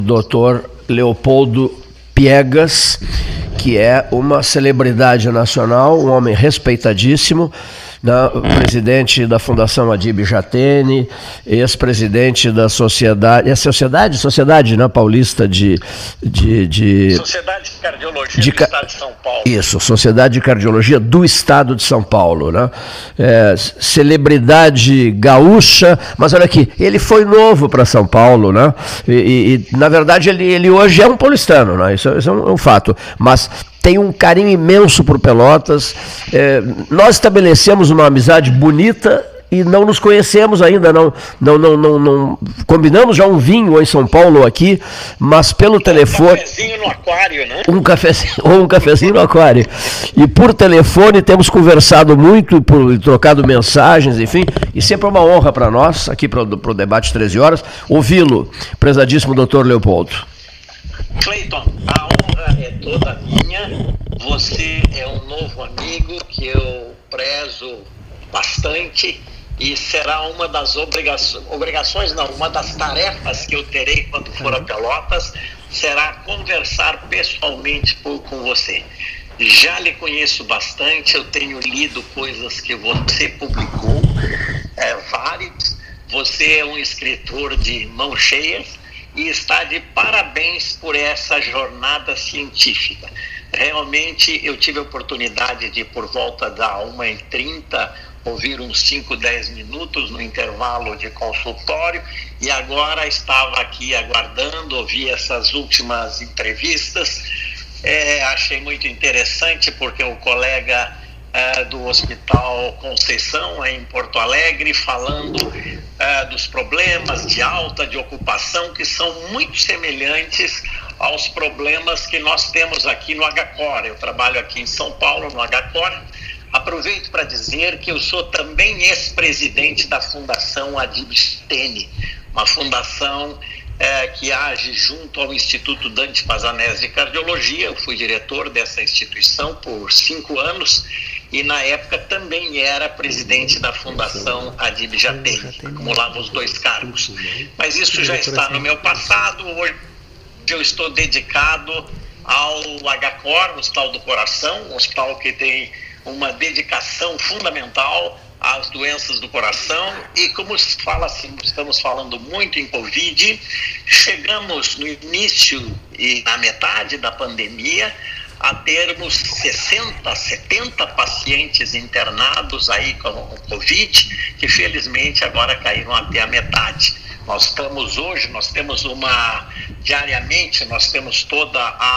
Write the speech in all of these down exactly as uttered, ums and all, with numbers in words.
doutor Leopoldo Piegas, que é uma celebridade nacional, um homem respeitadíssimo, né? Presidente da Fundação Adib Jatene, ex-presidente da Sociedade, é Sociedade, Sociedade, né, Paulista de, de, de... Sociedade de Cardiologia de, do Estado de São Paulo. Isso, Sociedade de Cardiologia do Estado de São Paulo, né? É, celebridade gaúcha, mas olha aqui, ele foi novo para São Paulo, né? E, e na verdade ele, ele hoje é um paulistano, né? Isso, isso é um, é um fato, mas tem um carinho imenso por Pelotas. É, nós estabelecemos uma amizade bonita e não nos conhecemos ainda, não, não, não, não, não combinamos já um vinho em São Paulo aqui, mas pelo um telefone... Um cafezinho no aquário, né? Um cafezinho, ou um cafezinho no aquário. E por telefone temos conversado muito, por, trocado mensagens, enfim, e sempre é uma honra para nós, aqui para o debate treze horas, ouvi-lo, prezadíssimo doutor Leopoldo. Cleiton, a honra é toda minha. Você é um novo amigo que eu prezo bastante e será uma das obrigações, obrigações não, uma das tarefas que eu terei quando for a Pelotas, será conversar pessoalmente por, com você. Já lhe conheço bastante, eu tenho lido coisas que você publicou, é, várias. Você é um escritor de mãos cheias e está de parabéns por essa jornada científica. Realmente eu tive a oportunidade de, por volta da uma e trinta, ouvir uns cinco, dez minutos no intervalo de consultório e agora estava aqui aguardando, ouvi essas últimas entrevistas. É, achei muito interessante porque o colega é, do Hospital Conceição, em Porto Alegre, falando é, dos problemas de alta, de ocupação, que são muito semelhantes aos problemas que nós temos aqui no H C O R. Eu trabalho aqui em São Paulo, no H C O R. Aproveito para dizer que eu sou também ex-presidente da Fundação Adib Jatene, uma fundação é, que age junto ao Instituto Dante Pazanese de Cardiologia. Eu fui diretor dessa instituição por cinco anos e na época também era presidente da Fundação Adib Jatene, acumulava os dois cargos. Mas isso já está no meu passado. Hoje eu estou dedicado ao H C O R, o Hospital do Coração, um hospital que tem uma dedicação fundamental às doenças do coração e, como se fala assim, estamos falando muito em Covid, chegamos no início e na metade da pandemia a termos sessenta, setenta pacientes internados aí com Covid, que felizmente agora caíram até a metade. Nós estamos hoje, nós temos uma, diariamente, nós temos toda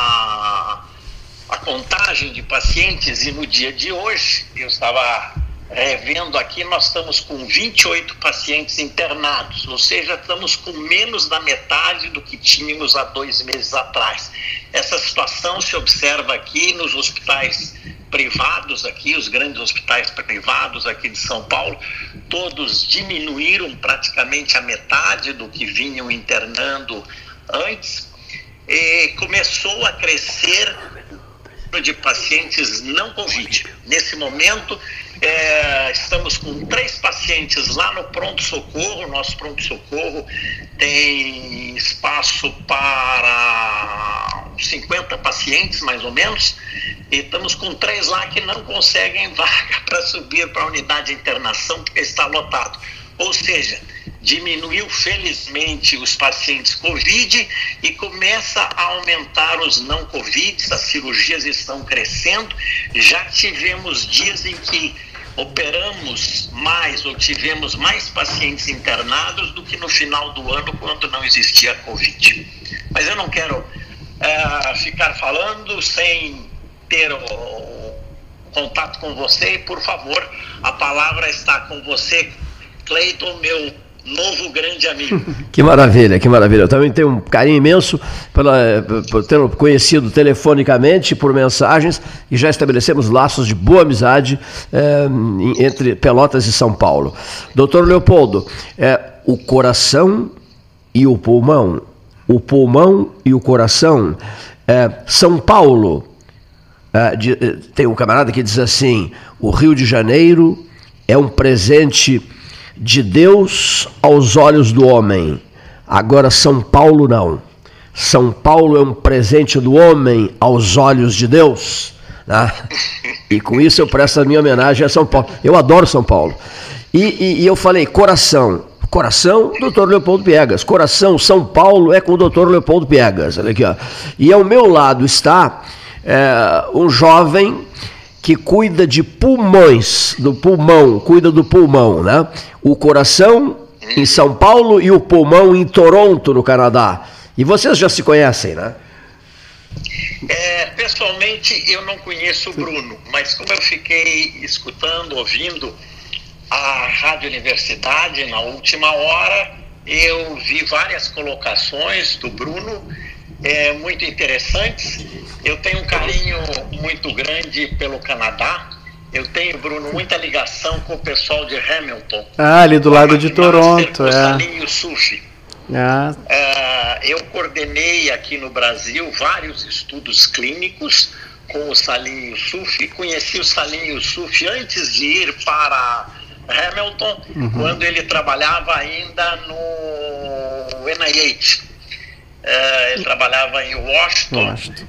a, a contagem de pacientes e no dia de hoje, eu estava revendo aqui, nós estamos com vinte e oito pacientes internados, ou seja, estamos com menos da metade do que tínhamos há dois meses atrás. Essa situação se observa aqui nos hospitais privados aqui, os grandes hospitais privados aqui de São Paulo, todos diminuíram praticamente a metade do que vinham internando antes, e começou a crescer de pacientes não Covid. Nesse momento, é, estamos com três pacientes lá no pronto-socorro. Nosso pronto-socorro tem espaço para cinquenta pacientes, mais ou menos, e estamos com três lá que não conseguem vaga para subir para a unidade de internação porque está lotado. Ou seja, diminuiu felizmente os pacientes Covid e começa a aumentar os não Covid, as cirurgias estão crescendo. Já tivemos dias em que operamos mais ou tivemos mais pacientes internados do que no final do ano, quando não existia Covid. Mas eu não quero uh, ficar falando sem ter o, o contato com você e, por favor, a palavra está com você, Cleiton, meu novo grande amigo. Que maravilha, que maravilha. Eu também tenho um carinho imenso pela, por ter conhecido telefonicamente, por mensagens, e já estabelecemos laços de boa amizade é, entre Pelotas e São Paulo. Doutor Leopoldo, é, o coração e o pulmão, o pulmão e o coração, é, São Paulo, é, de, tem um camarada que diz assim, o Rio de Janeiro é um presente de Deus aos olhos do homem. Agora São Paulo não. São Paulo é um presente do homem aos olhos de Deus, né? E com isso eu presto a minha homenagem a São Paulo. Eu adoro São Paulo. E, e, e eu falei, coração, coração, doutor Leopoldo Piegas. Coração, São Paulo é com o doutor Leopoldo Piegas. Olha aqui, ó. E ao meu lado está é, um jovem que cuida de pulmões, do pulmão, cuida do pulmão, né? O coração em São Paulo e o pulmão em Toronto, no Canadá. E vocês já se conhecem, né? É, pessoalmente, eu não conheço o Bruno, mas como eu fiquei escutando, ouvindo a Rádio Universidade na última hora, eu vi várias colocações do Bruno, é, muito interessantes. Eu tenho um carinho muito grande pelo Canadá. Eu tenho, Bruno, muita ligação com o pessoal de Hamilton. Ah, ali do lado de Toronto, é. Salim Yousuf. Ah. Uh, eu coordenei aqui no Brasil vários estudos clínicos com o Salim Yousuf. Conheci o Salim Yousuf antes de ir para Hamilton, uhum. quando ele trabalhava ainda no N I H. Uh, ele trabalhava em Washington. Washington.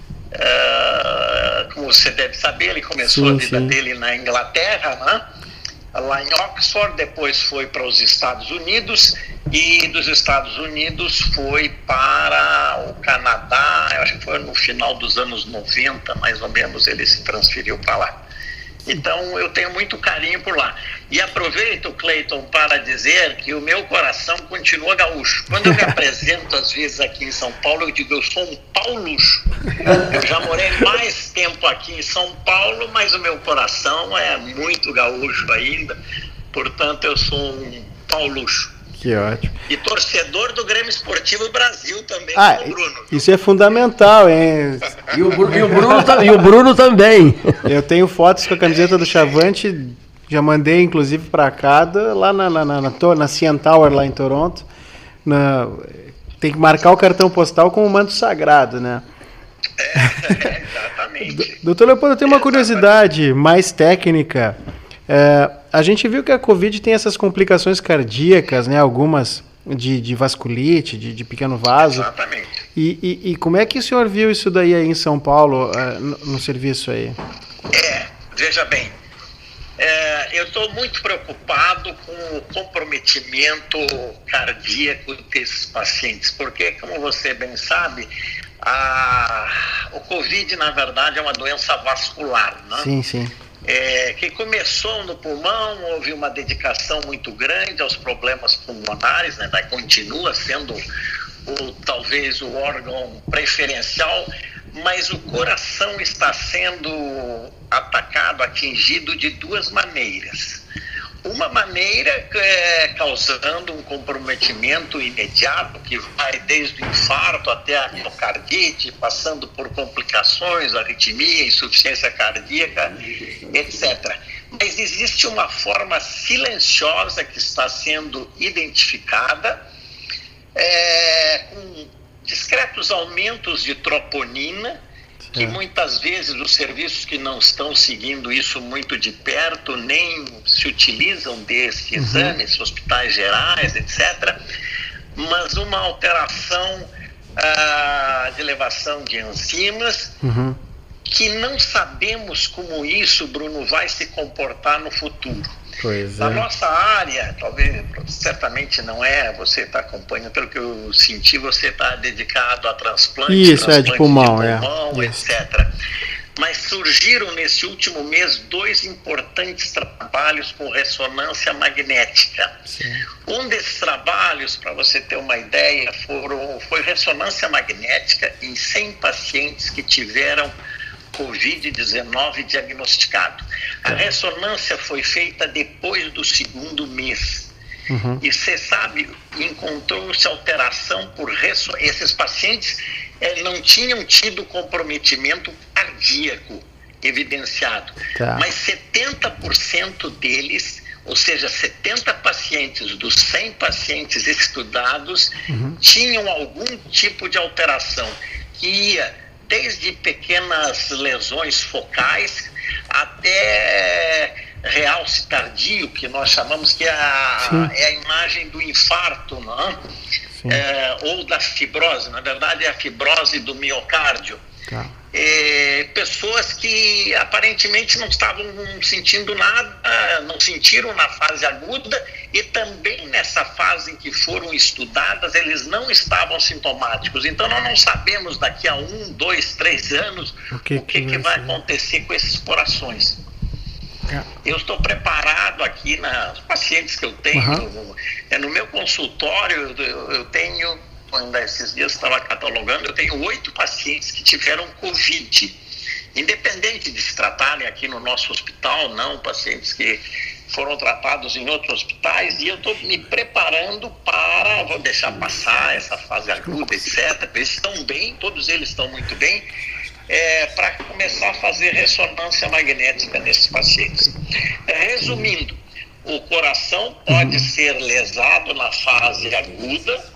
Uh, como você deve saber, ele começou sim, a vida sim. dele na Inglaterra, né? Lá em Oxford, depois foi para os Estados Unidos e dos Estados Unidos foi para o Canadá. Eu acho que foi no final dos anos noventa, mais ou menos, ele se transferiu para lá. Então eu tenho muito carinho por lá. E aproveito, Cleiton, para dizer que o meu coração continua gaúcho. Quando eu me apresento às vezes aqui em São Paulo, eu digo, eu sou um paulucho. Eu já morei mais tempo aqui em São Paulo, mas o meu coração é muito gaúcho ainda. Portanto, eu sou um paulucho. Que ótimo. E torcedor do Grêmio Esportivo Brasil também, ah, como o Bruno. Isso é fundamental, hein? E o, e, o Bruno, e o Bruno também. Eu tenho fotos com a camiseta do Chavante, já mandei inclusive para cá, lá na, na, na, na, na C N Tower, lá em Toronto. Na, tem que marcar o cartão postal com o manto sagrado, né? É, exatamente. Doutor Leopoldo, eu tenho uma curiosidade mais técnica. É, a gente viu que a Covid tem essas complicações cardíacas, né? Algumas de, de vasculite, de, de pequeno vaso. Exatamente. E, e, e como é que o senhor viu isso daí aí em São Paulo, uh, no, no serviço aí? É, veja bem, é, eu estou muito preocupado com o comprometimento cardíaco desses pacientes, porque, como você bem sabe, a, o Covid, na verdade, é uma doença vascular, né? Sim, sim. É, que começou no pulmão, houve uma dedicação muito grande aos problemas pulmonares, né? Continua sendo o, talvez o órgão preferencial, mas o coração está sendo atacado, atingido de duas maneiras. Uma maneira é causando um comprometimento imediato, que vai desde o infarto até a miocardite, passando por complicações, arritmia, insuficiência cardíaca, etcétera. Mas existe uma forma silenciosa que está sendo identificada, é, com discretos aumentos de troponina, que é. muitas vezes os serviços que não estão seguindo isso muito de perto nem se utilizam desse uhum. exames, hospitais gerais, etcétera. Mas uma alteração ah, de elevação de enzimas, uhum. que não sabemos como isso, Bruno, vai se comportar no futuro. Pois Na é. nossa área, talvez, certamente não é, você está acompanhando, pelo que eu senti, você está dedicado a transplante, isso, transplante é, de pulmão, de pulmão é. etcétera. Mas surgiram nesse último mês dois importantes trabalhos com ressonância magnética. Sim. Um desses trabalhos, para você ter uma ideia, foram, foi ressonância magnética em cem pacientes que tiveram covid dezenove diagnosticado. A ressonância foi feita depois do segundo mês. Uhum. E você sabe, encontrou-se alteração por ressonância. Esses pacientes eh, não tinham tido comprometimento cardíaco evidenciado, tá. mas setenta por cento deles, ou seja, setenta pacientes dos cem pacientes estudados, uhum. tinham algum tipo de alteração que ia desde pequenas lesões focais até realce tardio, que nós chamamos que é a, é a imagem do infarto, não? é, ou da fibrose, na verdade é a fibrose do miocárdio. Tá. É, pessoas que aparentemente não estavam sentindo nada, não sentiram na fase aguda, e também nessa fase em que foram estudadas, eles não estavam sintomáticos. Então nós não sabemos daqui a um, dois, três anos o que, o que, que, que vai acontecer com esses corações. É. Eu estou preparado aqui nas pacientes que eu tenho, uhum. é, no meu consultório eu, eu tenho... Ainda esses dias eu estava catalogando, eu tenho oito pacientes que tiveram Covid, independente de se tratarem aqui no nosso hospital, não, pacientes que foram tratados em outros hospitais, e eu estou me preparando para, vou deixar passar essa fase aguda, etcétera. Eles estão bem, todos eles estão muito bem, é, para começar a fazer ressonância magnética nesses pacientes. Resumindo, o coração pode ser lesado na fase aguda.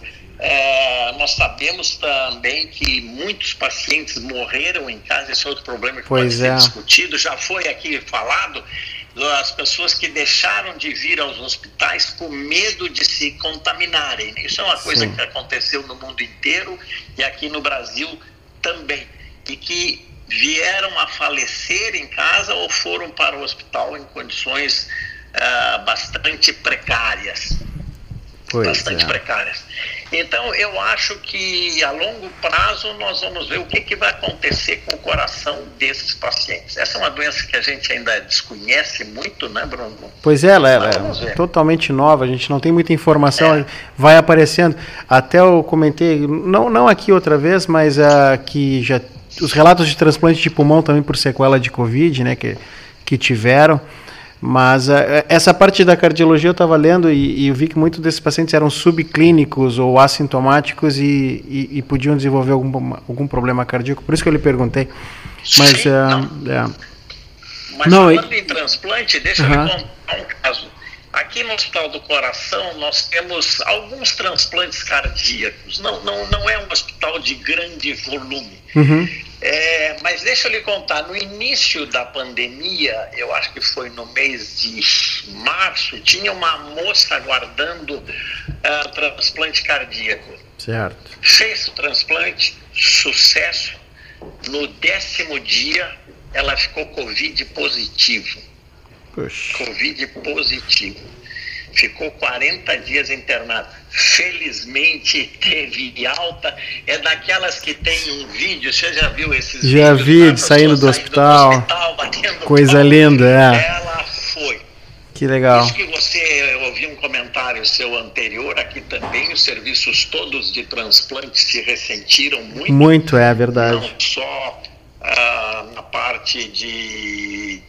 É, nós sabemos também que muitos pacientes morreram em casa, esse é outro problema que pois pode ser é. discutido, já foi aqui falado, as pessoas que deixaram de vir aos hospitais com medo de se contaminarem. Isso é uma coisa Sim. que aconteceu no mundo inteiro e aqui no Brasil também, e que vieram a falecer em casa ou foram para o hospital em condições uh, bastante precárias. Pois bastante é. precárias. Então, eu acho que a longo prazo nós vamos ver o que, que vai acontecer com o coração desses pacientes. Essa é uma doença que a gente ainda desconhece muito, né, Bruno? Pois é, ela, ela é totalmente nova, a gente não tem muita informação, é. vai aparecendo. Até eu comentei, não, não aqui outra vez, mas uh, que já os relatos de transplante de pulmão também por sequela de Covid, né, que, que tiveram. Mas uh, essa parte da cardiologia eu estava lendo e, e eu vi que muitos desses pacientes eram subclínicos ou assintomáticos e, e, e podiam desenvolver algum, algum problema cardíaco. Por isso que eu lhe perguntei. Mas, Sim, uh, não. É. Mas não, falando e... em transplante, deixa uh-huh. eu lhe contar um caso. Aqui no Hospital do Coração nós temos alguns transplantes cardíacos. Não, não, não é um hospital de grande volume. Uhum. É, mas deixa eu lhe contar, no início da pandemia, eu acho que foi no mês de março, tinha uma moça aguardando uh, transplante cardíaco. Certo. Fez o transplante, sucesso. No décimo dia, ela ficou Covid positivo. Puxa. Covid positivo. Ficou quarenta dias internada. Felizmente teve alta. É daquelas que tem um vídeo, você já viu esses já vídeos? Já vi, saindo do hospital. Do hospital Coisa pau, linda, é. Ela foi. Que legal. Isso que você ouviu um comentário seu anterior, aqui também os serviços todos de transplante se ressentiram muito. Muito, é verdade. Não só ah, na parte de...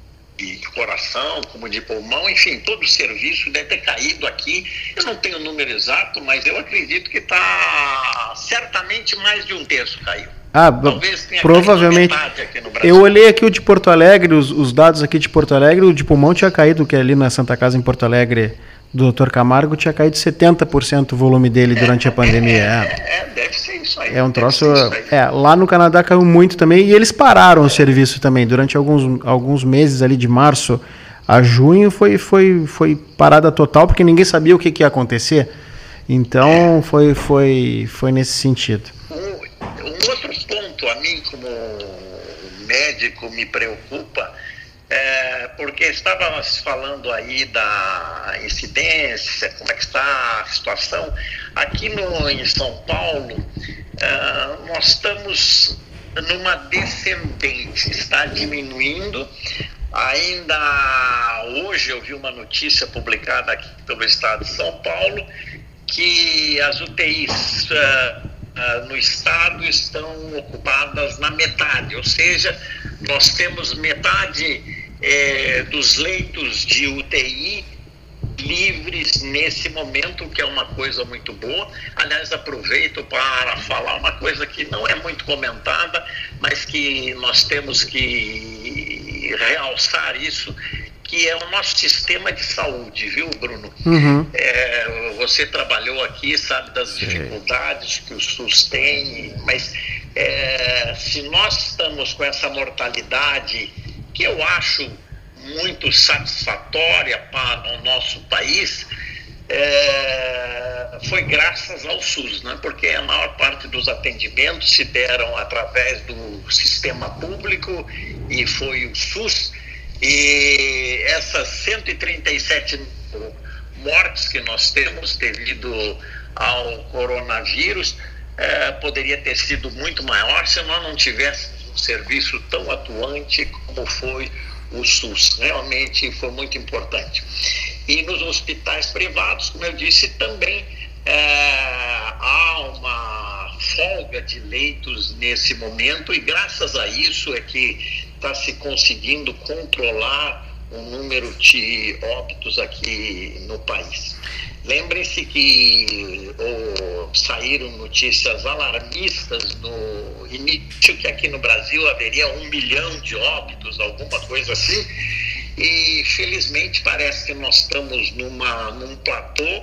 de coração, como de pulmão, enfim, todo o serviço deve ter caído aqui. Eu não tenho o número exato, mas eu acredito que está certamente mais de um terço caiu. Ah, Talvez tenha provavelmente. Aqui no Brasil. Eu olhei aqui o de Porto Alegre, os, os dados aqui de Porto Alegre, o de pulmão tinha caído, que é ali na Santa Casa em Porto Alegre, do doutor Camargo, tinha caído setenta por cento o volume dele durante é, a pandemia. É, é, é, deve ser isso aí. É um troço. É, lá no Canadá caiu muito também, e eles pararam é. o serviço também. Durante alguns, alguns meses ali de março a junho foi, foi, foi parada total, porque ninguém sabia o que, que ia acontecer. Então é. foi, foi, foi nesse sentido. Um, um outro ponto a mim, como médico, me preocupa. É, porque estávamos falando aí da incidência, como é que está a situação. Aqui no, em São Paulo, é, nós estamos numa descendente, está diminuindo. Ainda hoje eu vi uma notícia publicada aqui pelo Estado de São Paulo, que as U T Is é, é, no Estado estão ocupadas na metade, ou seja, nós temos metade É, dos leitos de U T I livres nesse momento, que é uma coisa muito boa. Aliás, aproveito para falar uma coisa que não é muito comentada, mas que nós temos que realçar isso, que é o nosso sistema de saúde, viu, Bruno? Uhum. É, você trabalhou aqui, sabe das dificuldades que o SUS tem, mas é, se nós estamos com essa mortalidade que eu acho muito satisfatória para o nosso país, é, foi graças ao SUS, né? Porque a maior parte dos atendimentos se deram através do sistema público e foi o SUS. E essas cento e trinta e sete mortes que nós temos devido ao coronavírus é, poderia ter sido muito maior se nós não tivéssemos um serviço tão atuante como foi o SUS. Realmente foi muito importante. E nos hospitais privados, como eu disse, também é, há uma folga de leitos nesse momento, e graças a isso é que está se conseguindo controlar o número de óbitos aqui no país. Lembrem-se que oh, saíram notícias alarmistas no início que aqui no Brasil haveria um milhão de óbitos, alguma coisa assim, e felizmente parece que nós estamos numa, num platô,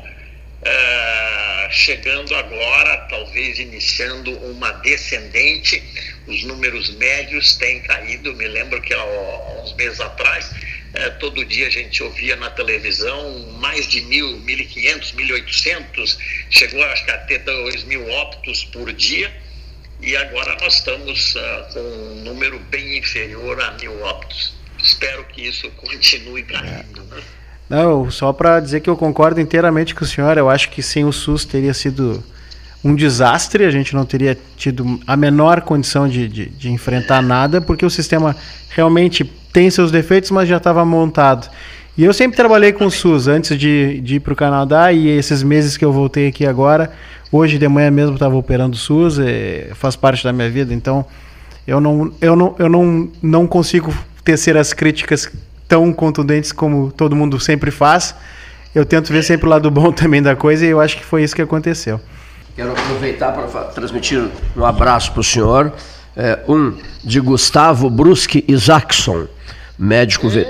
uh, chegando agora, talvez iniciando uma descendente. Os números médios têm caído. Me lembro que há, há uns meses atrás, É, todo dia a gente ouvia na televisão mais de mil, mil e quinhentos, mil e oitocentos, chegou acho que até dois mil óbitos por dia, e agora nós estamos uh, com um número bem inferior a mil óbitos. Espero que isso continue caindo, né? Não, só para dizer que eu concordo inteiramente com o senhor. Eu acho que sem o SUS teria sido um desastre, a gente não teria tido a menor condição de, de, de enfrentar nada, porque o sistema realmente tem seus defeitos, mas já estava montado. E eu sempre trabalhei com o SUS antes de, de ir para o Canadá, e esses meses que eu voltei aqui agora, hoje de manhã mesmo estava operando o SUS, é, faz parte da minha vida, então eu não, eu não, eu não, não consigo tecer as críticas tão contundentes como todo mundo sempre faz. Eu tento ver sempre o lado bom também da coisa, e eu acho que foi isso que aconteceu. Quero aproveitar para transmitir um abraço para o senhor, é, um de Gustavo Bruschi Isaacson, médico, ve...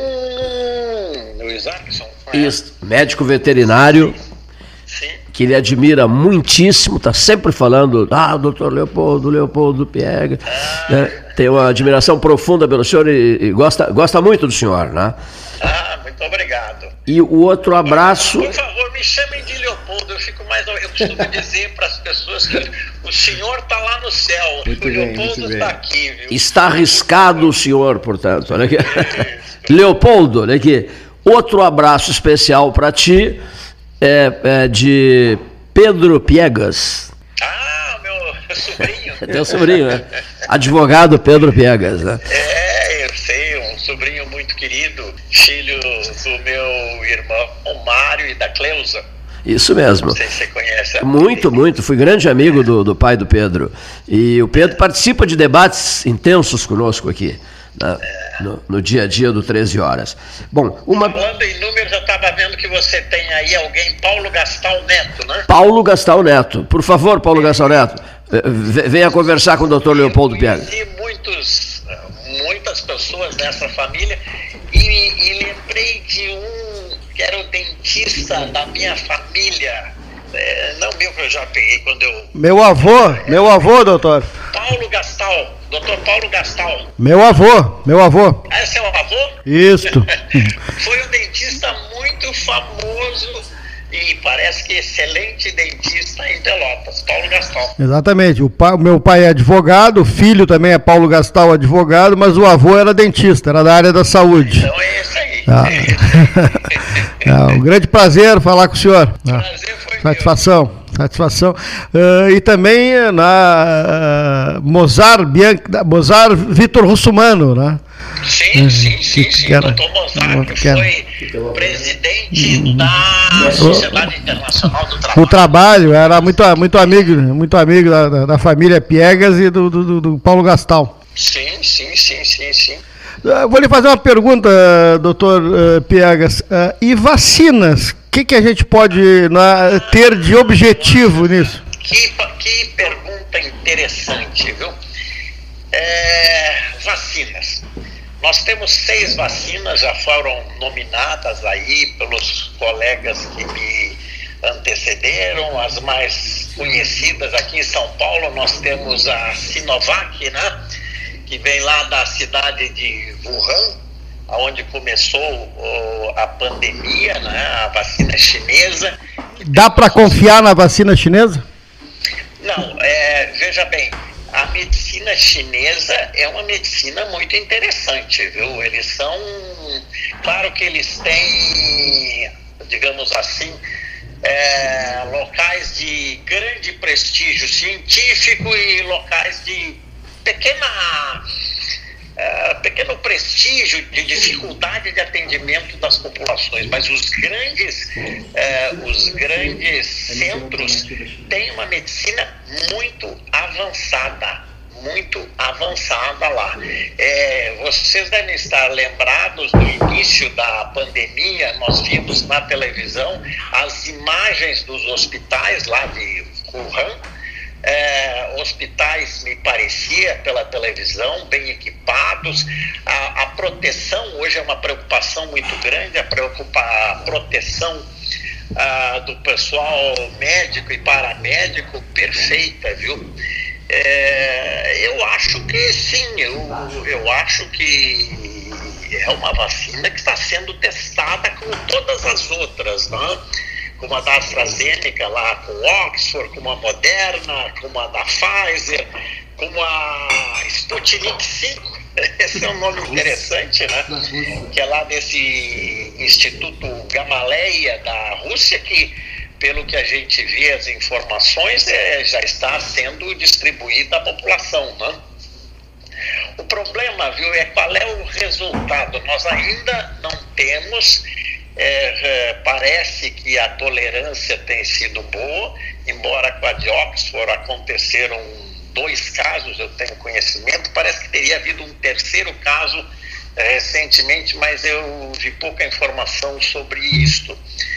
hum, o Isaacson, é. Isso, médico veterinário, Sim. que ele admira muitíssimo, está sempre falando, ah, doutor Leopoldo, Leopoldo Piega, ah. né? Tem uma admiração profunda pelo senhor e, e gosta, gosta muito do senhor, né? Ah, muito obrigado. E o outro abraço... Por favor, me chamem de Leopoldo, eu fico mais... Eu costumo dizer para as pessoas que o senhor está lá no céu, muito o bem, Leopoldo está aqui, viu? Está arriscado o senhor, portanto, olha aqui. Leopoldo, olha aqui, outro abraço especial para ti, é, é de Pedro Piegas. Ah, meu sobrinho. Teu sobrinho, né? Advogado Pedro Piegas, né? É, eu sei, um sobrinho muito querido, filho do meu irmão, o Mário, e da Cleusa. Isso mesmo. Não sei se você conhece. Muito, filha. muito. Fui grande amigo do, do pai do Pedro. E o Pedro participa de debates intensos conosco aqui, né? é. no, no dia a dia do treze horas. Bom, uma... Falando em números, eu estava vendo que você tem aí alguém, Paulo Gastal Neto, né? Paulo Gastal Neto. Por favor, Paulo Gastal Neto, venha conversar com o doutor Leopoldo Piega. Eu conheci muitos, muitas pessoas dessa família e, e lembrei de um que era o dentista da minha família. É, não meu que eu já peguei quando eu... Meu avô, é, meu avô, doutor. Paulo Gastal, doutor Paulo Gastal. Meu avô, meu avô. Ah, é seu avô? Isso. Foi um dentista muito famoso e parece que excelente dentista em Pelotas, Paulo Gastal. Exatamente, o, pai, o meu pai é advogado, o filho também é Paulo Gastal, advogado, mas o avô era dentista, era da área da saúde. Então é isso aí. Ah. É um grande prazer falar com o senhor. Prazer foi Satisfação, meu. Satisfação. Uh, e também na uh, Mozart, Bianca, Mozart Vitor Russumano, né? Sim, sim, sim, sim. O doutor Mozart, que foi presidente da Sociedade Internacional do Trabalho. O trabalho, era muito, muito amigo, muito amigo da, da família Piegas e do, do, do Paulo Gastal. Sim, sim, sim, sim, sim. Uh, vou lhe fazer uma pergunta, doutor uh, Piegas. Uh, e vacinas? O que, que a gente pode na, ter de objetivo nisso? Que, que pergunta interessante, viu? É, vacinas. Nós temos seis vacinas, já foram nominadas aí pelos colegas que me antecederam. As mais conhecidas aqui em São Paulo, nós temos a Sinovac, né? Que vem lá da cidade de Wuhan, onde começou oh, a pandemia, né? A vacina chinesa. Dá para confiar na vacina chinesa? Não, é, veja bem, a medicina chinesa é uma medicina muito interessante, viu? Eles são, claro que eles têm, digamos assim, é, locais de grande prestígio científico e locais de pequena, é, pequeno prestígio, de dificuldade de atendimento das populações, mas os grandes, é, os grandes centros têm uma medicina muito avançada, muito avançada lá. É, vocês devem estar lembrados do início da pandemia, nós vimos na televisão as imagens dos hospitais lá de Wuhan, é, hospitais, me parecia, pela televisão, bem equipados, a, a proteção, hoje é uma preocupação muito grande, a, preocupa, a proteção ah, do pessoal médico e paramédico perfeita, viu? É, eu acho que sim, eu, eu acho que é uma vacina que está sendo testada como todas as outras, né? Como a da AstraZeneca lá com Oxford, como a Moderna, como a da Pfizer, como a Sputnik cinco, esse é um nome interessante, né? Que é lá desse Instituto Gamaleya da Rússia, que, pelo que a gente vê as informações, é, já está sendo distribuída à população, né? O problema, viu, é qual é o resultado. Nós ainda não temos, é, é, parece que a tolerância tem sido boa, embora com a de Oxford aconteceram dois casos, eu tenho conhecimento, parece que teria havido um terceiro caso é, recentemente, mas eu vi pouca informação sobre isto.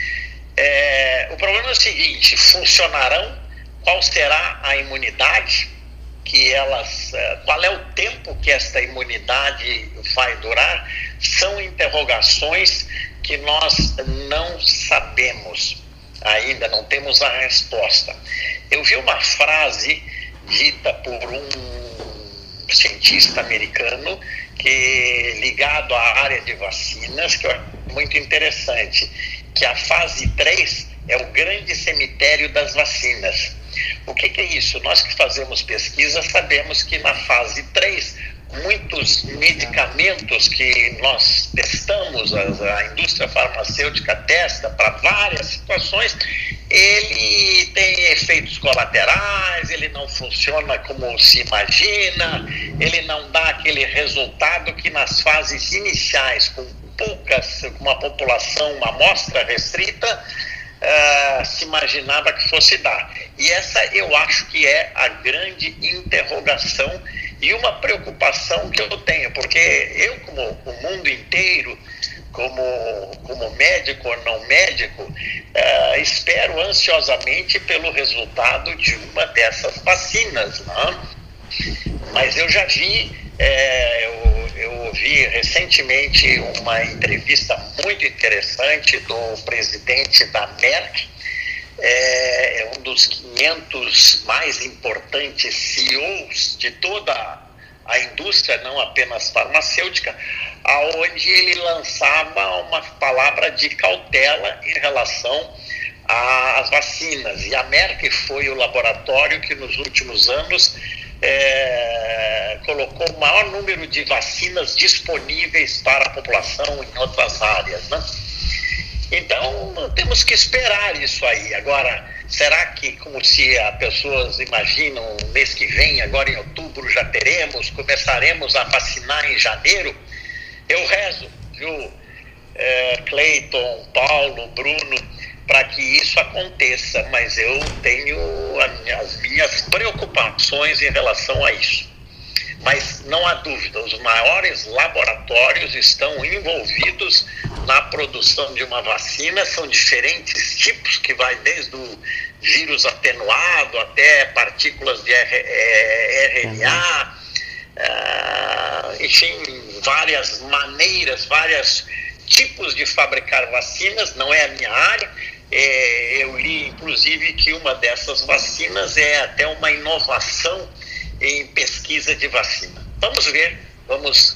É, o problema é o seguinte: funcionarão? Qual será a imunidade? Que elas, qual é o tempo que esta imunidade vai durar? São interrogações que nós não sabemos ainda, não temos a resposta. Eu vi uma frase dita por um cientista americano que, ligado à área de vacinas, que é muito interessante, que a fase três é o grande cemitério das vacinas. O que, que é isso? Nós que fazemos pesquisa sabemos que na fase três, muitos medicamentos que nós testamos, a, a indústria farmacêutica testa para várias situações, ele tem efeitos colaterais, ele não funciona como se imagina, ele não dá aquele resultado que nas fases iniciais, com poucas, com uma população, uma amostra restrita, Uh, se imaginava que fosse dar. E essa eu acho que é a grande interrogação e uma preocupação que eu tenho, porque eu, como o mundo inteiro, como, como médico ou não médico, uh, espero ansiosamente pelo resultado de uma dessas vacinas, né? Mas eu já vi, é, eu, eu ouvi recentemente uma entrevista muito interessante do presidente da Merck, é, é um dos quinhentos mais importantes C E Os de toda a indústria, não apenas farmacêutica, aonde ele lançava uma palavra de cautela em relação às vacinas. E a Merck foi o laboratório que nos últimos anos É, colocou o maior número de vacinas disponíveis para a população em outras áreas, né? Então, temos que esperar isso aí. Agora, será que, como se as pessoas imaginam, mês que vem, agora em outubro, já teremos, começaremos a vacinar em janeiro? Eu rezo, viu, é, Cleiton, Paulo, Bruno, para que isso aconteça, mas eu tenho as minhas preocupações em relação a isso. Mas não há dúvida, os maiores laboratórios estão envolvidos na produção de uma vacina, são diferentes tipos, que vai desde o vírus atenuado até partículas de R N A, uh, enfim, várias maneiras, vários tipos de fabricar vacinas, não é a minha área. É, eu li, inclusive, que uma dessas vacinas é até uma inovação em pesquisa de vacina. Vamos ver, vamos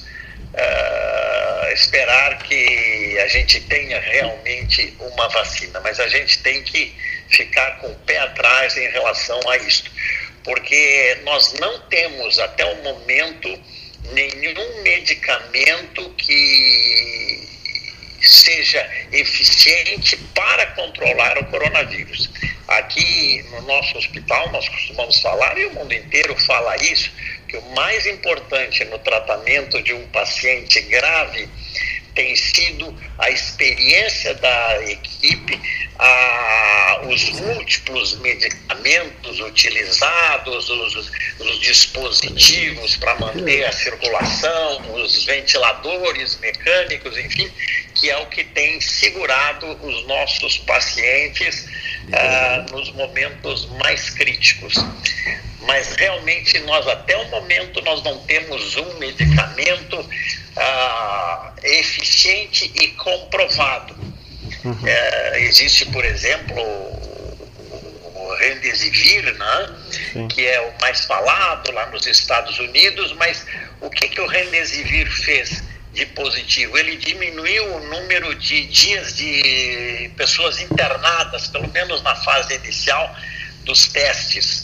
uh, esperar que a gente tenha realmente uma vacina, mas a gente tem que ficar com o pé atrás em relação a isto, porque nós não temos até o momento nenhum medicamento que seja eficiente para controlar o coronavírus. Aqui no nosso hospital nós costumamos falar, e o mundo inteiro fala isso, que o mais importante no tratamento de um paciente grave tem sido a experiência da equipe, a, os múltiplos medicamentos utilizados, os, os dispositivos para manter a circulação, os ventiladores mecânicos, enfim, que é o que tem segurado os nossos pacientes ah, nos momentos mais críticos. Mas realmente nós, até o momento, nós não temos um medicamento ah, eficiente e comprovado. Uhum. É, existe, por exemplo, o Remdesivir, né, que é o mais falado lá nos Estados Unidos, mas o que, que o Remdesivir fez de positivo? Ele diminuiu o número de dias de pessoas internadas, pelo menos na fase inicial dos testes.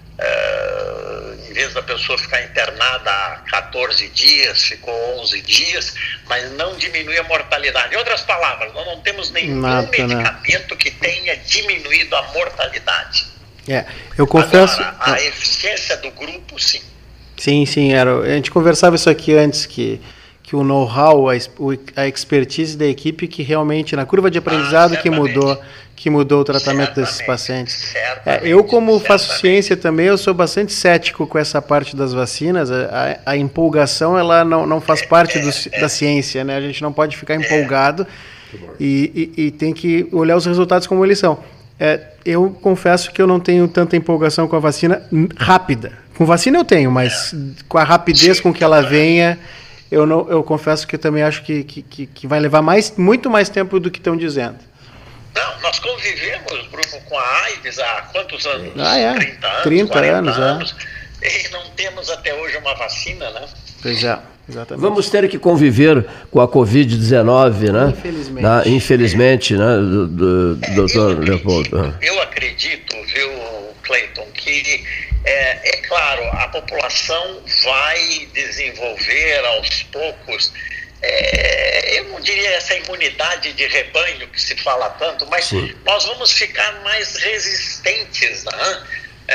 Uh, em vez da pessoa ficar internada há quatorze dias, ficou onze dias, mas não diminui a mortalidade. Em outras palavras, nós não temos nenhum Nada, medicamento né? que tenha diminuído a mortalidade. É, eu confesso... Agora, a ah. eficiência do grupo, sim. Sim, sim, era, a gente conversava isso aqui antes, que, que o know-how, a, a expertise da equipe, que realmente na curva de aprendizado ah, que mudou... que mudou o tratamento certamente, desses pacientes. É, eu, como faço certamente. ciência também, eu sou bastante cético com essa parte das vacinas. A, a, a empolgação, ela não, não faz parte do, da ciência, né? A gente não pode ficar empolgado e, e, e tem que olhar os resultados como eles são. É, eu confesso que eu não tenho tanta empolgação com a vacina rápida. Com vacina eu tenho, mas com a rapidez com que ela venha, eu, não, eu confesso que eu também acho que, que, que vai levar mais, muito mais tempo do que estão dizendo. Não, nós convivemos, Bruno, com a AIDS há quantos anos? Ah, é. trinta anos, trinta anos, anos é. E não temos até hoje uma vacina, né? Pois é, exatamente. Vamos ter que conviver com a covid dezenove, né? Infelizmente. Na, infelizmente, né, do, do, é, doutor eu Leopoldo. Acredito, eu acredito, viu, Cleiton, que é, é claro, a população vai desenvolver aos poucos... É, eu não diria essa imunidade de rebanho que se fala tanto, mas Sim. nós vamos ficar mais resistentes, né?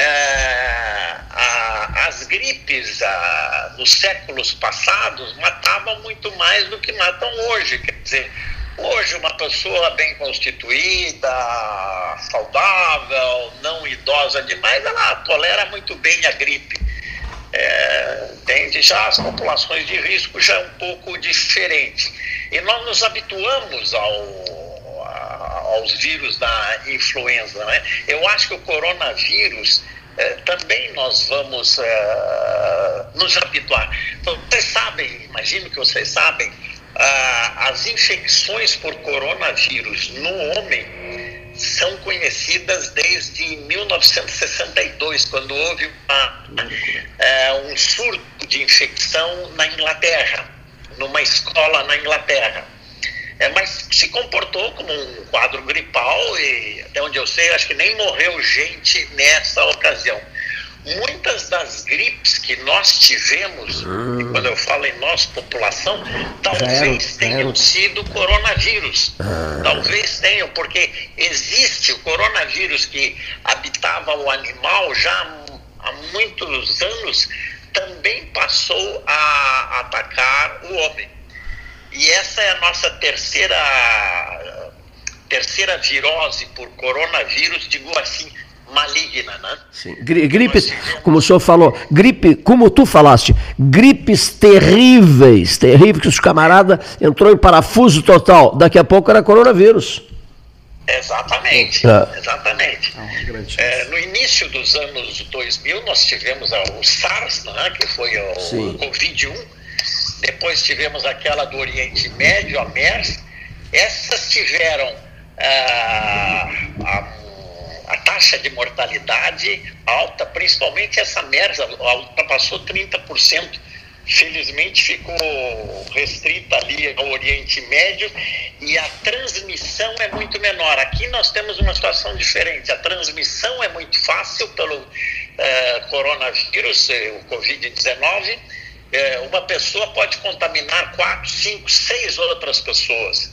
É, a, as gripes a, nos séculos passados matavam muito mais do que matam hoje. Quer dizer, hoje uma pessoa bem constituída, saudável, não idosa demais, ela tolera muito bem a gripe. É, entende? Já as populações de risco já é um pouco diferente. E nós nos habituamos ao, a, aos vírus da influenza, né? Eu acho que o coronavírus é, também nós vamos é, nos habituar. Então, vocês sabem, imagino que vocês sabem, ah, as infecções por coronavírus no homem são conhecidas desde mil novecentos e sessenta e dois, quando houve uma, é, um surto de infecção na Inglaterra, numa escola na Inglaterra. É, mas se comportou como um quadro gripal e, até onde eu sei, acho que nem morreu gente nessa ocasião. Muitas das gripes que nós tivemos, e quando eu falo em nossa população, talvez tenham sido coronavírus. Talvez tenham, porque existe o coronavírus que habitava o animal já há muitos anos, também passou a atacar o homem. E essa é a nossa terceira, terceira virose por coronavírus, digo assim, maligna, né? Sim. Gripes, como o senhor falou, gripe, como tu falaste, gripes terríveis, terríveis, que os camarada entrou em parafuso total, daqui a pouco era coronavírus. Exatamente, é. exatamente. É, no início dos anos dois mil, nós tivemos o SARS, né, que foi o Sim. covid um, depois tivemos aquela do Oriente Médio, a MERS. Essas tiveram ah, a a taxa de mortalidade alta, principalmente essa MERS, ultrapassou trinta por cento felizmente ficou restrita ali ao Oriente Médio e a transmissão é muito menor. Aqui nós temos uma situação diferente. A transmissão é muito fácil pelo eh, coronavírus, o covid dezenove. Eh, uma pessoa pode contaminar quatro, cinco, seis outras pessoas.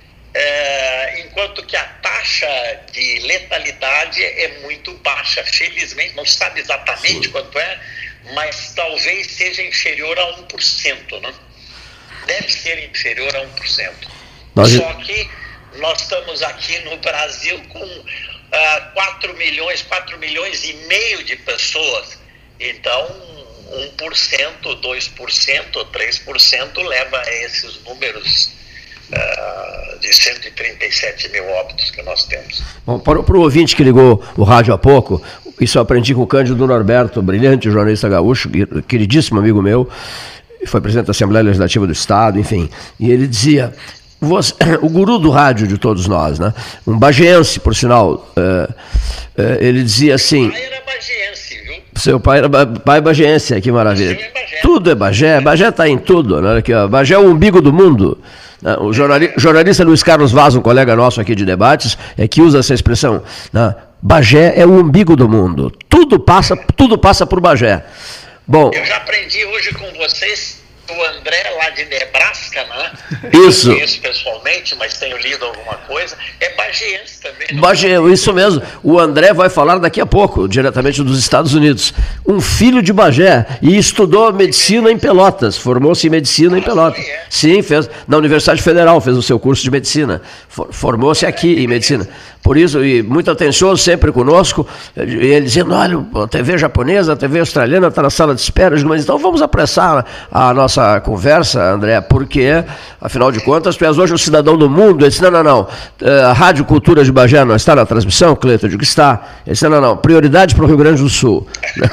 É, enquanto que a taxa de letalidade é muito baixa, felizmente, não se sabe exatamente quanto é, mas talvez seja inferior a um por cento, né? Deve ser inferior a um por cento. Nós... Só que nós estamos aqui no Brasil com uh, quatro milhões, quatro milhões e meio de pessoas, então um por cento, dois por cento, três por cento leva a esses números Uh, de cento e trinta e sete mil óbitos que nós temos. Bom, para, para o ouvinte que ligou o rádio há pouco, isso eu aprendi com o Cândido Norberto, brilhante jornalista gaúcho, queridíssimo amigo meu, foi presidente da Assembleia Legislativa do Estado, enfim, e ele dizia, você, o guru do rádio de todos nós, né, um bagiense, por sinal, uh, uh, ele dizia assim... Meu pai era bagiense, viu? Seu pai era ba, pai bagiense, que maravilha. É Bagé. Tudo é Bagé, Bagé está em tudo, né? Aqui, ó, Bagé é o umbigo do mundo. O jornalista, jornalista Luiz Carlos Vaz, um colega nosso aqui de debates, é que usa essa expressão, né? Bagé é o umbigo do mundo. Tudo passa, tudo passa por Bagé. Bom, eu já aprendi hoje com vocês o André lá de Nebraska, né? Isso. Eu conheço pessoalmente, mas tenho lido alguma coisa. É bagiense também. Bagé, isso mesmo. O André vai falar daqui a pouco, diretamente dos Estados Unidos. Um filho de Bagé e estudou medicina em Pelotas. Formou-se em medicina em Pelotas. Sim, fez na Universidade Federal, fez o seu curso de medicina. Formou-se aqui em medicina. Por isso, e muito atencioso sempre conosco, e ele dizendo, olha, a T V japonesa, a T V australiana está na sala de espera, mas então vamos apressar a nossa conversa, André, porque, afinal de contas, tu és hoje um cidadão do mundo. Ele disse, não, não, não, a Rádio Cultura de Bagé não está na transmissão, Cleiton? Eu digo que está. Ele disse, não, não, não, prioridade para o Rio Grande do Sul.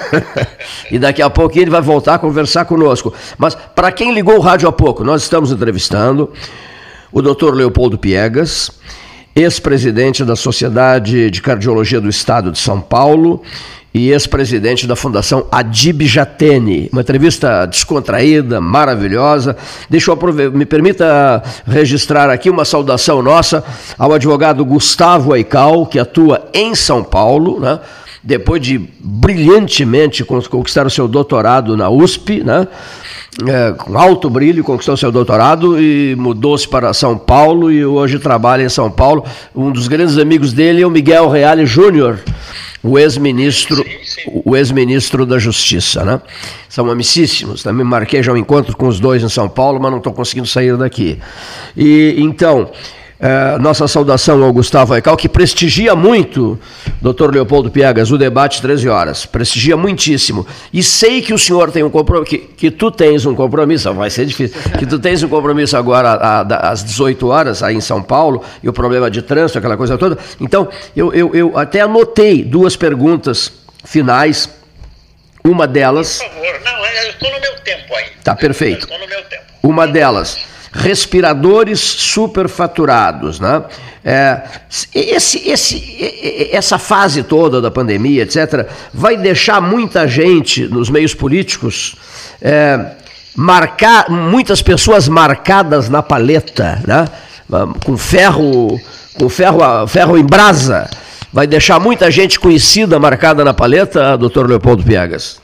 E daqui a pouquinho ele vai voltar a conversar conosco. Mas, para quem ligou o rádio há pouco, nós estamos entrevistando o doutor Leopoldo Piegas, ex-presidente da Sociedade de Cardiologia do Estado de São Paulo e ex-presidente da Fundação Adib Jatene. Uma entrevista descontraída, maravilhosa. Deixa eu aproveitar, me permita registrar aqui uma saudação nossa ao advogado Gustavo Aical, que atua em São Paulo, né? Depois de brilhantemente conquistar o seu doutorado na U S P, né? É, com alto brilho, conquistou seu doutorado e mudou-se para São Paulo e hoje trabalha em São Paulo. Um dos grandes amigos dele é o Miguel Reale Júnior, o ex-ministro, o ex-ministro da Justiça, né? São amicíssimos. Também marquei já um encontro com os dois em São Paulo, mas não estou conseguindo sair daqui. E então, é, nossa saudação ao Gustavo Aical, que prestigia muito, doutor Leopoldo Piegas, o debate treze horas, prestigia muitíssimo, e sei que o senhor tem um compromisso, que, que tu tens um compromisso, vai ser difícil, que tu tens um compromisso agora a, a, às dezoito horas, aí em São Paulo, e o problema de trânsito, aquela coisa toda. Então, eu, eu, eu até anotei duas perguntas finais, uma delas... Por favor, não, eu estou no meu tempo ainda. Tá, perfeito. Eu estou no meu tempo. Uma delas... respiradores superfaturados, né? É, esse, esse, essa fase toda da pandemia, etcétera, vai deixar muita gente nos meios políticos, é, marcar, muitas pessoas marcadas na paleta, né? Com ferro, com ferro, ferro em brasa. Vai deixar muita gente conhecida marcada na paleta, doutor Leopoldo Piegas?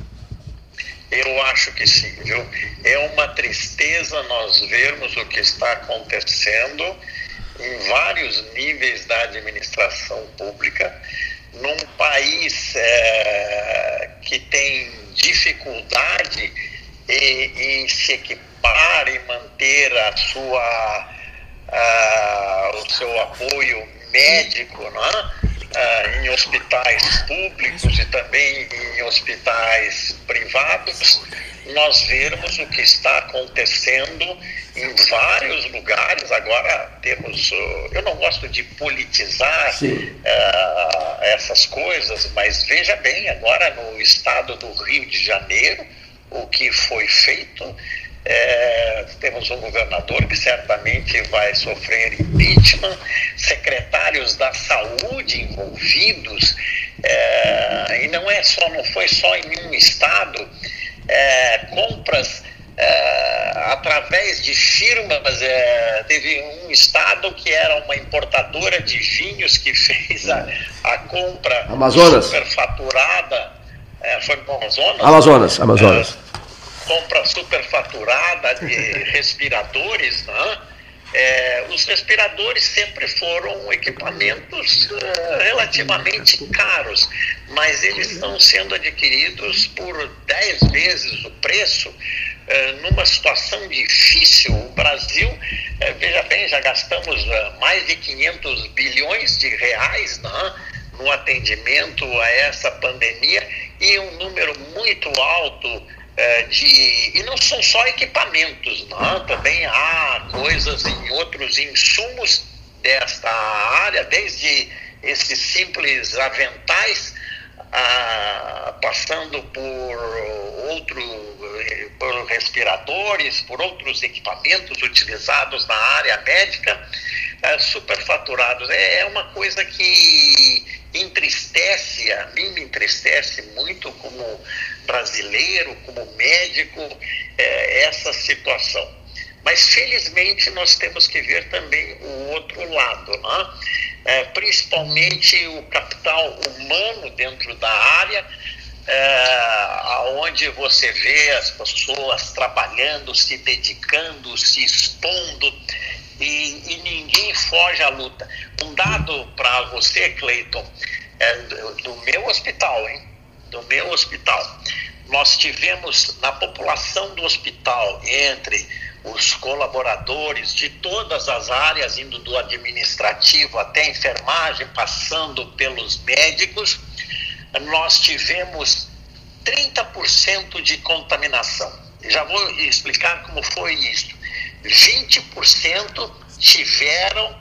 Eu acho que sim, viu? É uma tristeza nós vermos o que está acontecendo em vários níveis da administração pública, num país é, que tem dificuldade em, em se equipar e manter a sua, a, o seu apoio médico, né? Uh, em hospitais públicos e também em hospitais privados, nós vermos o que está acontecendo em vários lugares. Agora temos, uh, eu não gosto de politizar uh, essas coisas, mas veja bem, agora no estado do Rio de Janeiro, o que foi feito. É, temos um governador que certamente vai sofrer impeachment, secretários da saúde envolvidos, é, e não é só, não foi só em um estado, é, compras é, através de firmas, é, teve um estado que era uma importadora de vinhos que fez a, a compra Amazonas. superfaturada, é, foi no Amazonas? Amazonas, Amazonas. É, compra superfaturada de respiradores, né? É, os respiradores sempre foram equipamentos uh, relativamente caros, mas eles estão sendo adquiridos por dez vezes o preço, uh, numa situação difícil. O Brasil, uh, veja bem, já gastamos uh, mais de quinhentos bilhões de reais, né, no atendimento a essa pandemia, e um número muito alto De, e não são só equipamentos, não, também há coisas em outros insumos desta área, desde esses simples aventais, ah, passando por outros por respiradores, por outros equipamentos utilizados na área médica, ah, superfaturados. É, é uma coisa que entristece, a mim me entristece muito como brasileiro, como médico, é, essa situação. Mas felizmente nós temos que ver também o outro lado, né? É, principalmente o capital humano dentro da área, é, onde você vê as pessoas trabalhando, se dedicando, se expondo, e, e ninguém foge à luta. Um dado para você, Cleiton, é do, do meu hospital, hein? do meu hospital. Nós tivemos na população do hospital, entre os colaboradores de todas as áreas, indo do administrativo até a enfermagem, passando pelos médicos, nós tivemos trinta por cento de contaminação. Já vou explicar como foi isso. vinte por cento tiveram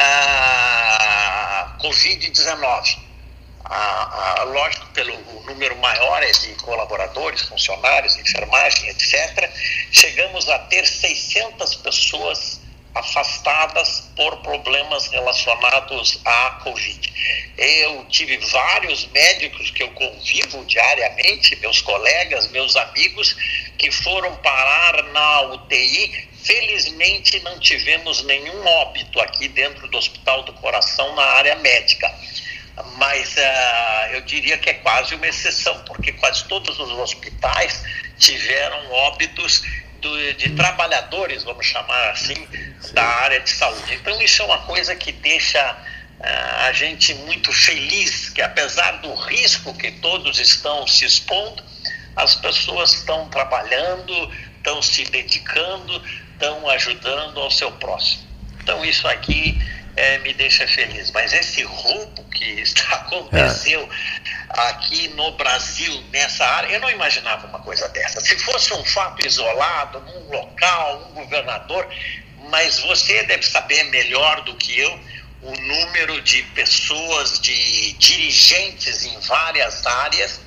a covid dezenove. Ah, ah, lógico, pelo número maior de colaboradores, funcionários, enfermagem, etcétera, chegamos a ter seiscentas pessoas afastadas por problemas relacionados à Covid. Eu tive vários médicos que eu convivo diariamente, meus colegas, meus amigos, que foram parar na U T I. Felizmente não tivemos nenhum óbito aqui dentro do Hospital do Coração na área médica. Mas uh, eu diria que é quase uma exceção, porque quase todos os hospitais tiveram óbitos do, de trabalhadores, vamos chamar assim, da área de saúde. Então isso é uma coisa que deixa uh, a gente muito feliz, que apesar do risco que todos estão se expondo, as pessoas estão trabalhando, estão se dedicando, estão ajudando ao seu próximo. Então isso aqui É, me deixa feliz, mas esse roubo que está aconteceu é. aqui no Brasil, nessa área, eu não imaginava uma coisa dessa. Se fosse um fato isolado, num local, um governador, mas você deve saber melhor do que eu o número de pessoas, de dirigentes em várias áreas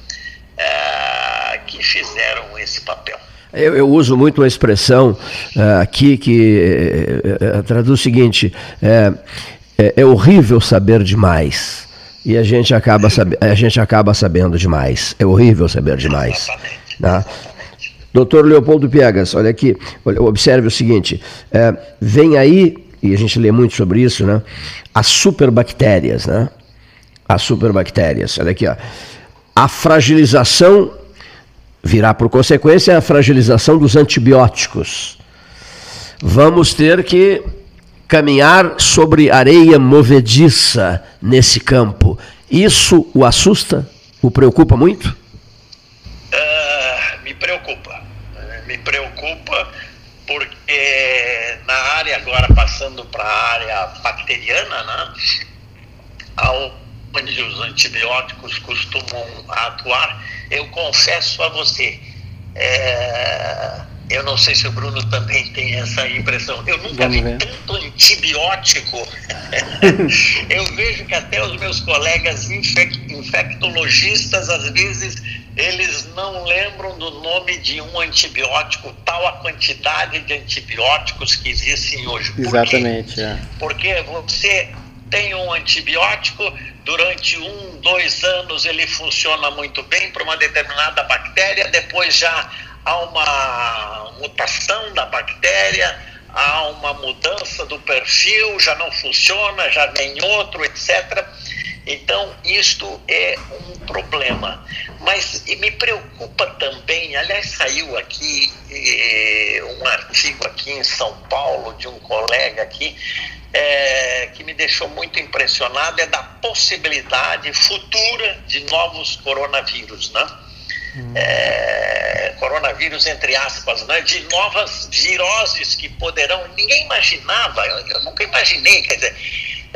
é, que fizeram esse papel. Eu, eu uso muito uma expressão uh, aqui que uh, uh, traduz o seguinte, uh, é, é horrível saber demais e a gente, acaba sabe, a gente acaba sabendo demais. É horrível saber demais. Exatamente. Né? doutor Leopoldo Piegas, olha aqui, observe o seguinte, uh, vem aí, e a gente lê muito sobre isso, né? As superbactérias, né? As superbactérias, olha aqui, ó. A fragilização virá por consequência a fragilização dos antibióticos. Vamos ter que caminhar sobre areia movediça nesse campo. Isso o assusta? O preocupa muito? Uh, me preocupa. Me preocupa porque na área, agora passando para a área bacteriana, né, onde os antibióticos costumam atuar, eu confesso a você, é, eu não sei se o Bruno também tem essa impressão, eu nunca vi tanto antibiótico. Eu vejo que até os meus colegas infectologistas, às vezes, eles não lembram do nome de um antibiótico, tal a quantidade de antibióticos que existem hoje. Por Exatamente. quê? É. Porque você tem um antibiótico, durante um, dois anos ele funciona muito bem para uma determinada bactéria, depois já há uma, mutação da bactéria, há uma mudança do perfil, já não funciona, já vem outro, etcétera. Então, isto é um problema. Mas me preocupa também, aliás, saiu aqui eh, um artigo aqui em São Paulo, de um colega aqui, eh, que me deixou muito impressionado, é da possibilidade futura de novos coronavírus, né? Hum. É, coronavírus, entre aspas, né? De novas viroses que poderão... Ninguém imaginava, eu, eu nunca imaginei, quer dizer...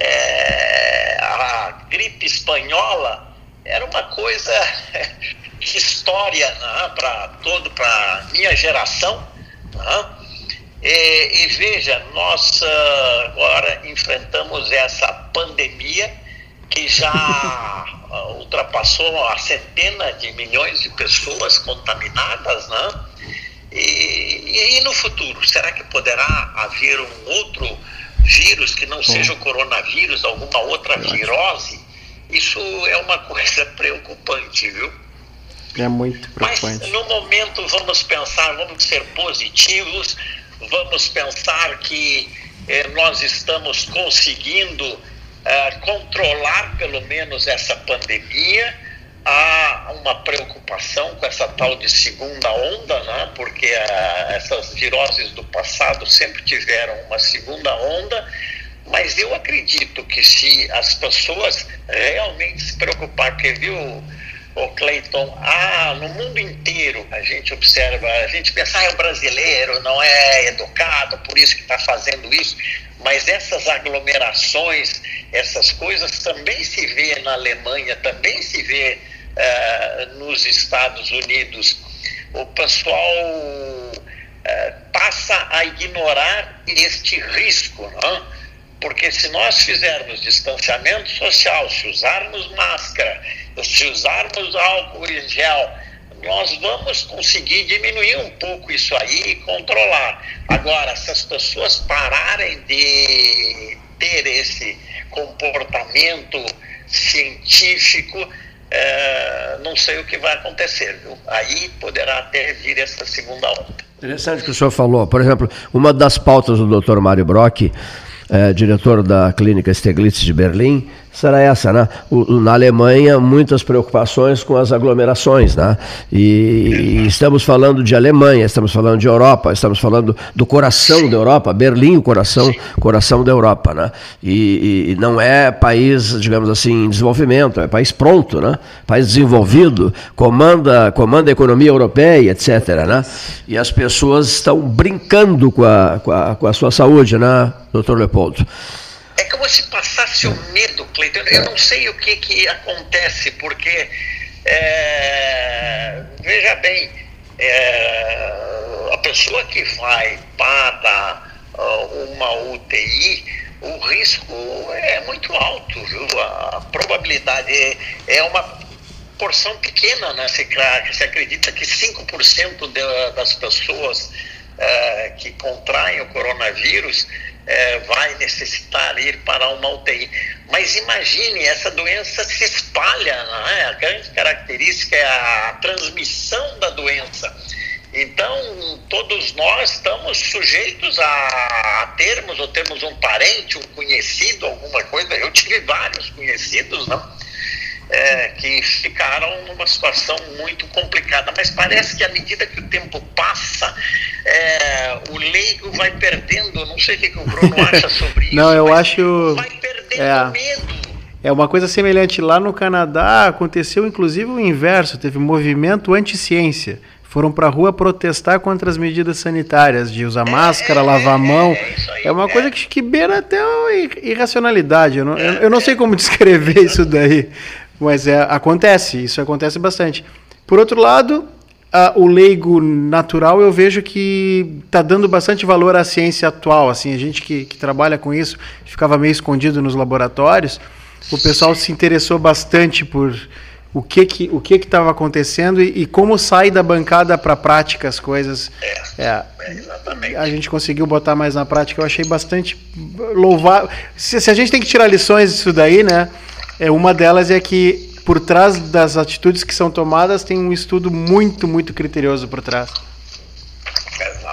É, a gripe espanhola era uma coisa de história, né, para todo, para minha geração, né? e, e veja, nós uh, agora enfrentamos essa pandemia que já uh, ultrapassou a centena de milhões de pessoas contaminadas, né? e, e no futuro, será que poderá haver um outro vírus que não seja o coronavírus, alguma outra virose? Isso é uma coisa preocupante, viu? É muito preocupante. Mas no momento vamos pensar, vamos ser positivos, vamos pensar que eh, nós estamos conseguindo eh, controlar pelo menos essa pandemia. Há uma preocupação com essa tal de segunda onda, né? Porque uh, essas viroses do passado sempre tiveram uma segunda onda, mas eu acredito que se as pessoas realmente se preocupar, porque viu, o Cleiton, ah, no mundo inteiro a gente observa, a gente pensa, ah, é o brasileiro, não é educado, por isso que está fazendo isso, mas essas aglomerações, essas coisas também se vê na Alemanha, também se vê Uh, nos Estados Unidos. O pessoal uh, passa a ignorar este risco, não? Porque se nós fizermos distanciamento social, se usarmos máscara, se usarmos álcool em gel, nós vamos conseguir diminuir um pouco isso aí e controlar. Agora, se as pessoas pararem de ter esse comportamento científico, É, não sei o que vai acontecer, viu? Aí poderá até vir essa segunda onda. Interessante o que o senhor falou. Por exemplo, uma das pautas do doutor Mário Brock, é, diretor da Clínica Steglitz de Berlim, será essa, né? O, na Alemanha, muitas preocupações com as aglomerações, né? E, e estamos falando de Alemanha, estamos falando de Europa, estamos falando do coração Sim. da Europa, Berlim, o coração, coração da Europa, né? E, e não é país, digamos assim, em desenvolvimento, é país pronto, né? País desenvolvido, comanda, comanda a economia europeia, etcétera, né? E as pessoas estão brincando com a, com a, com a sua saúde, né, doutor Leopoldo? É como se passasse o medo, Cleiton. Eu não sei o que, que acontece, porque, é, veja bem, é, a pessoa que vai para uh, uma U T I, o risco é muito alto, viu? A probabilidade é, é uma porção pequena, né? Se, se acredita que cinco por cento de, das pessoas uh, que contraem o coronavírus É, vai necessitar ir para uma U T I. Mas imagine, essa doença se espalha, não é? A grande característica é a transmissão da doença. Então, todos nós estamos sujeitos a, a termos, ou termos um parente, um conhecido, alguma coisa. Eu tive vários conhecidos, não? É, que ficaram numa situação muito complicada, mas parece que à medida que o tempo passa, é, o leigo vai perdendo, não sei o que, que o Bruno acha sobre isso, não, eu acho... vai perdendo é, medo. É uma coisa semelhante, lá no Canadá aconteceu inclusive o inverso, teve movimento anti-ciência, foram para a rua protestar contra as medidas sanitárias, de usar é, máscara, é, lavar a mão, é, é, é uma é. coisa que, que beira até a irracionalidade, eu não, eu, eu não sei como descrever isso daí. Mas é, acontece, isso acontece bastante. Por outro lado, a, o leigo natural, eu vejo que está dando bastante valor à ciência atual. Assim, a gente que, que trabalha com isso, ficava meio escondido nos laboratórios, o pessoal se interessou bastante por o que que o que que estava acontecendo e, e como sai da bancada para a prática as coisas. É, é, exatamente. A gente conseguiu botar mais na prática, eu achei bastante louvável. Se, se a gente tem que tirar lições disso daí, né? É, uma delas é que por trás das atitudes que são tomadas tem um estudo muito, muito criterioso por trás. Exatamente.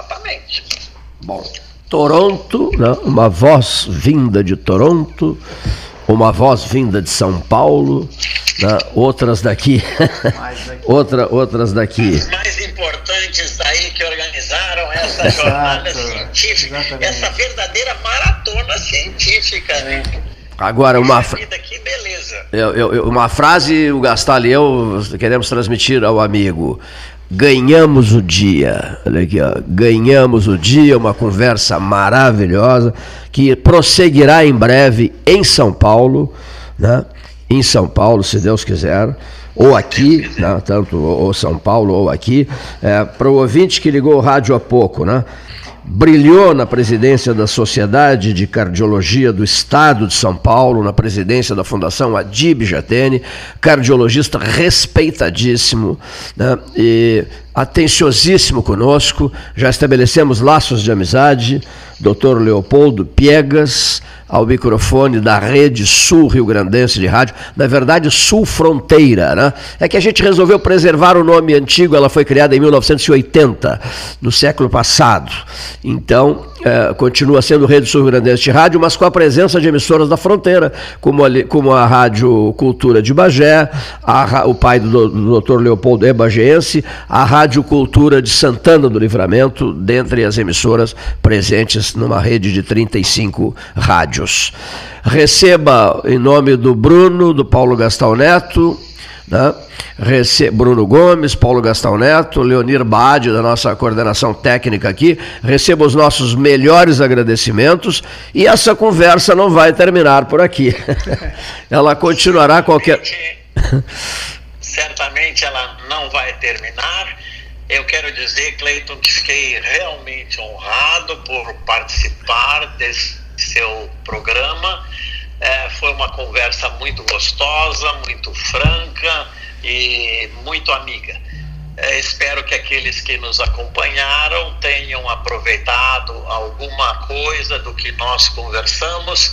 Exatamente. Bom, Toronto, né? Uma voz vinda de Toronto, uma voz vinda de São Paulo, né? Outras daqui, Outra, outras daqui. As mais importantes daí que organizaram essa jornada científica, exatamente. Essa verdadeira maratona científica, né? Agora, uma, fra... que beleza. Eu, eu, uma frase, o Gastal e eu queremos transmitir ao amigo. Ganhamos o dia. Olha aqui, ó. Ganhamos o dia, uma conversa maravilhosa que prosseguirá em breve em São Paulo, né? Em São Paulo, se Deus quiser, ou aqui, né? Tanto ou São Paulo ou aqui. É, para o ouvinte que ligou o rádio há pouco, né? Brilhou na presidência da Sociedade de Cardiologia do Estado de São Paulo, na presidência da Fundação Adib Jatene, cardiologista respeitadíssimo, né? E atenciosíssimo conosco, já estabelecemos laços de amizade, doutor Leopoldo Piegas, ao microfone da Rede Sul Rio Grandense de Rádio, na verdade Sul Fronteira, né? É que a gente resolveu preservar o nome antigo, ela foi criada em mil novecentos e oitenta, no século passado, então é, continua sendo Rede Sul Rio Grandense de Rádio, mas com a presença de emissoras da fronteira, como a, como a Rádio Cultura de Bagé, a, o pai do, do doutor Leopoldo é bagéense, a Rádio Cultura de Santana do Livramento, dentre as emissoras presentes numa rede de trinta e cinco rádios. Receba em nome do Bruno, do Paulo Gastal Neto, né? Rece... Bruno Gomes, Paulo Gastal Neto, Leonir Baade, da nossa coordenação técnica aqui, receba os nossos melhores agradecimentos e essa conversa não vai terminar por aqui. Ela continuará qualquer... Certamente ela não vai terminar. Eu quero dizer, Cleiton, que fiquei realmente honrado por participar desse seu programa. É, foi uma conversa muito gostosa, muito franca e muito amiga. É, espero que aqueles que nos acompanharam tenham aproveitado alguma coisa do que nós conversamos.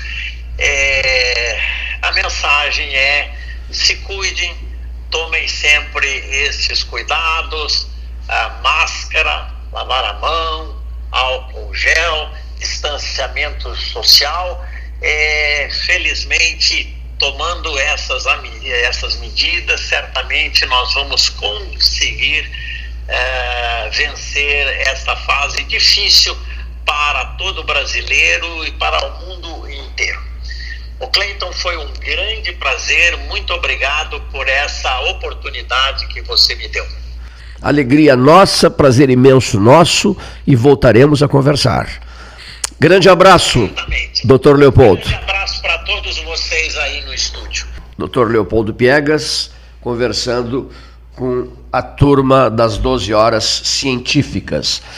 É, a mensagem é: se cuidem, tomem sempre estes cuidados, a máscara, lavar a mão, álcool gel, distanciamento social. É, felizmente, tomando essas, essas medidas, certamente nós vamos conseguir é, vencer essa fase difícil para todo brasileiro e para o mundo inteiro. O Cleiton, foi um grande prazer, muito obrigado por essa oportunidade que você me deu. Alegria nossa, prazer imenso nosso, e voltaremos a conversar. Grande abraço, Exatamente. doutor Leopoldo. Grande abraço para todos vocês aí no estúdio. doutor Leopoldo Piegas, conversando com a turma das doze horas científicas.